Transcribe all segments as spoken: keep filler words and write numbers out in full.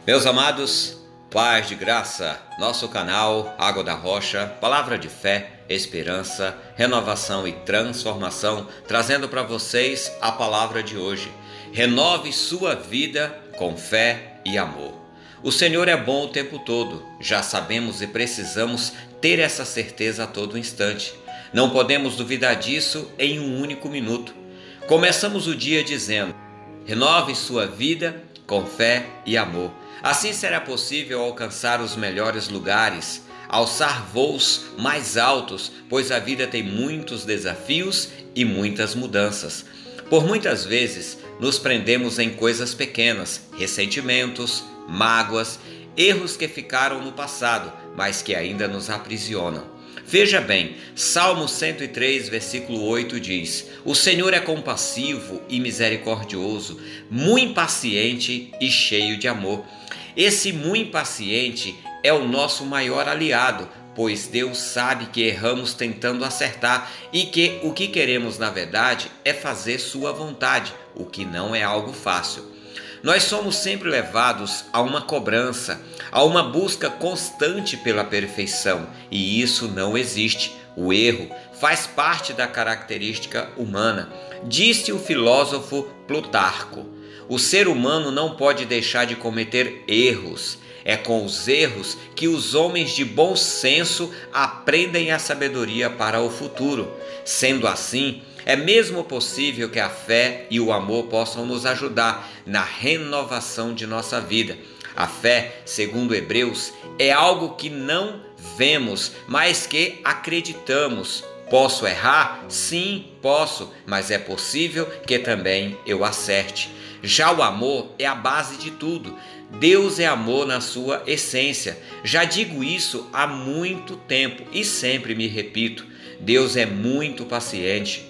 Meus amados, paz de graça, nosso canal Água da Rocha, palavra de fé, esperança, renovação e transformação, trazendo para vocês a palavra de hoje. Renove sua vida com fé e amor. O Senhor é bom o tempo todo, já sabemos e precisamos ter essa certeza a todo instante. Não podemos duvidar disso em um único minuto. Começamos o dia dizendo: renove sua vida com fé e amor. Assim será possível alcançar os melhores lugares, alçar voos mais altos, pois a vida tem muitos desafios e muitas mudanças. Por muitas vezes nos prendemos em coisas pequenas, ressentimentos, mágoas, erros que ficaram no passado, mas que ainda nos aprisionam. Veja bem, Salmo cento e três, versículo oito diz: o Senhor é compassivo e misericordioso, muito paciente e cheio de amor. Esse muito paciente é o nosso maior aliado, pois Deus sabe que erramos tentando acertar e que o que queremos na verdade é fazer sua vontade, o que não é algo fácil. Nós somos sempre levados a uma cobrança, a uma busca constante pela perfeição, e isso não existe. O erro faz parte da característica humana. Disse o filósofo Plutarco: o ser humano não pode deixar de cometer erros. É com os erros que os homens de bom senso aprendem a sabedoria para o futuro. Sendo assim, é mesmo possível que a fé e o amor possam nos ajudar na renovação de nossa vida. A fé, segundo Hebreus, é algo que não vemos, mas que acreditamos. Posso errar? Sim, posso, mas é possível que também eu acerte. Já o amor é a base de tudo. Deus é amor na sua essência. Já digo isso há muito tempo e sempre me repito. Deus é muito paciente,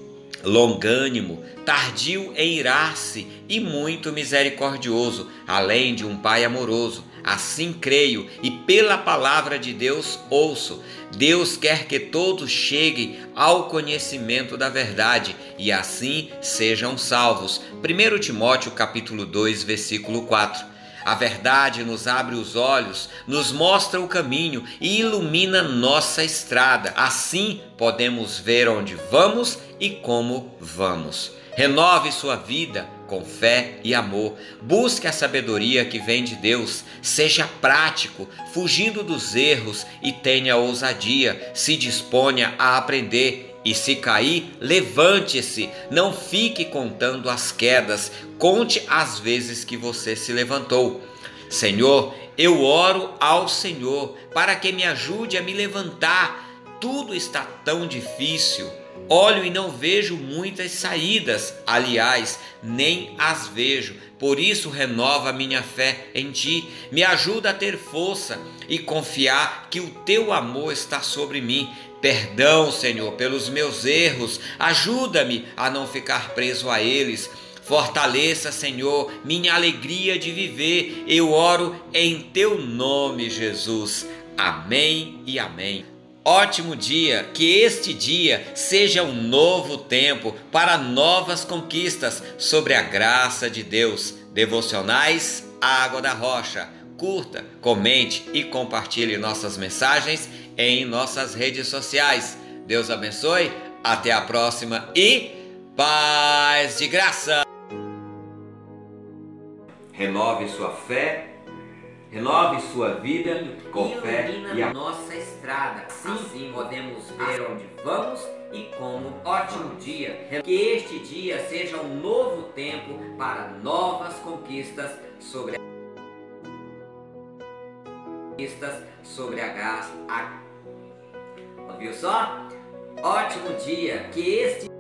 longânimo, tardio em irar-se e muito misericordioso, além de um Pai amoroso. Assim creio e pela palavra de Deus ouço. Deus quer que todos cheguem ao conhecimento da verdade e assim sejam salvos. primeiro Timóteo capítulo dois, versículo quatro. A verdade nos abre os olhos, nos mostra o caminho e ilumina nossa estrada. Assim podemos ver onde vamos e como vamos. Renove sua vida com fé e amor. Busque a sabedoria que vem de Deus. Seja prático, fugindo dos erros e tenha ousadia. Se disponha a aprender. E se cair, levante-se, não fique contando as quedas, conte as vezes que você se levantou. Senhor, eu oro ao Senhor para que me ajude a me levantar. Tudo está tão difícil. Olho e não vejo muitas saídas, aliás, nem as vejo. Por isso renova minha fé em Ti, me ajuda a ter força e confiar que o Teu amor está sobre mim. Perdão, Senhor, pelos meus erros, ajuda-me a não ficar preso a eles. Fortaleça, Senhor, minha alegria de viver. Eu oro em Teu nome, Jesus. Amém e amém. Ótimo dia, que este dia seja um novo tempo para novas conquistas sobre a graça de Deus. Devocionais Água da Rocha. Curta, comente e compartilhe nossas mensagens em nossas redes sociais. Deus abençoe, até a próxima e paz de graça! Renove sua fé. Renove sua vida com fé e a nossa estrada. Assim, assim podemos ver onde vamos e como. Ótimo dia. Que este dia seja um novo tempo para novas conquistas sobre a sobre a graça. Ouviu só? Ótimo dia. Que este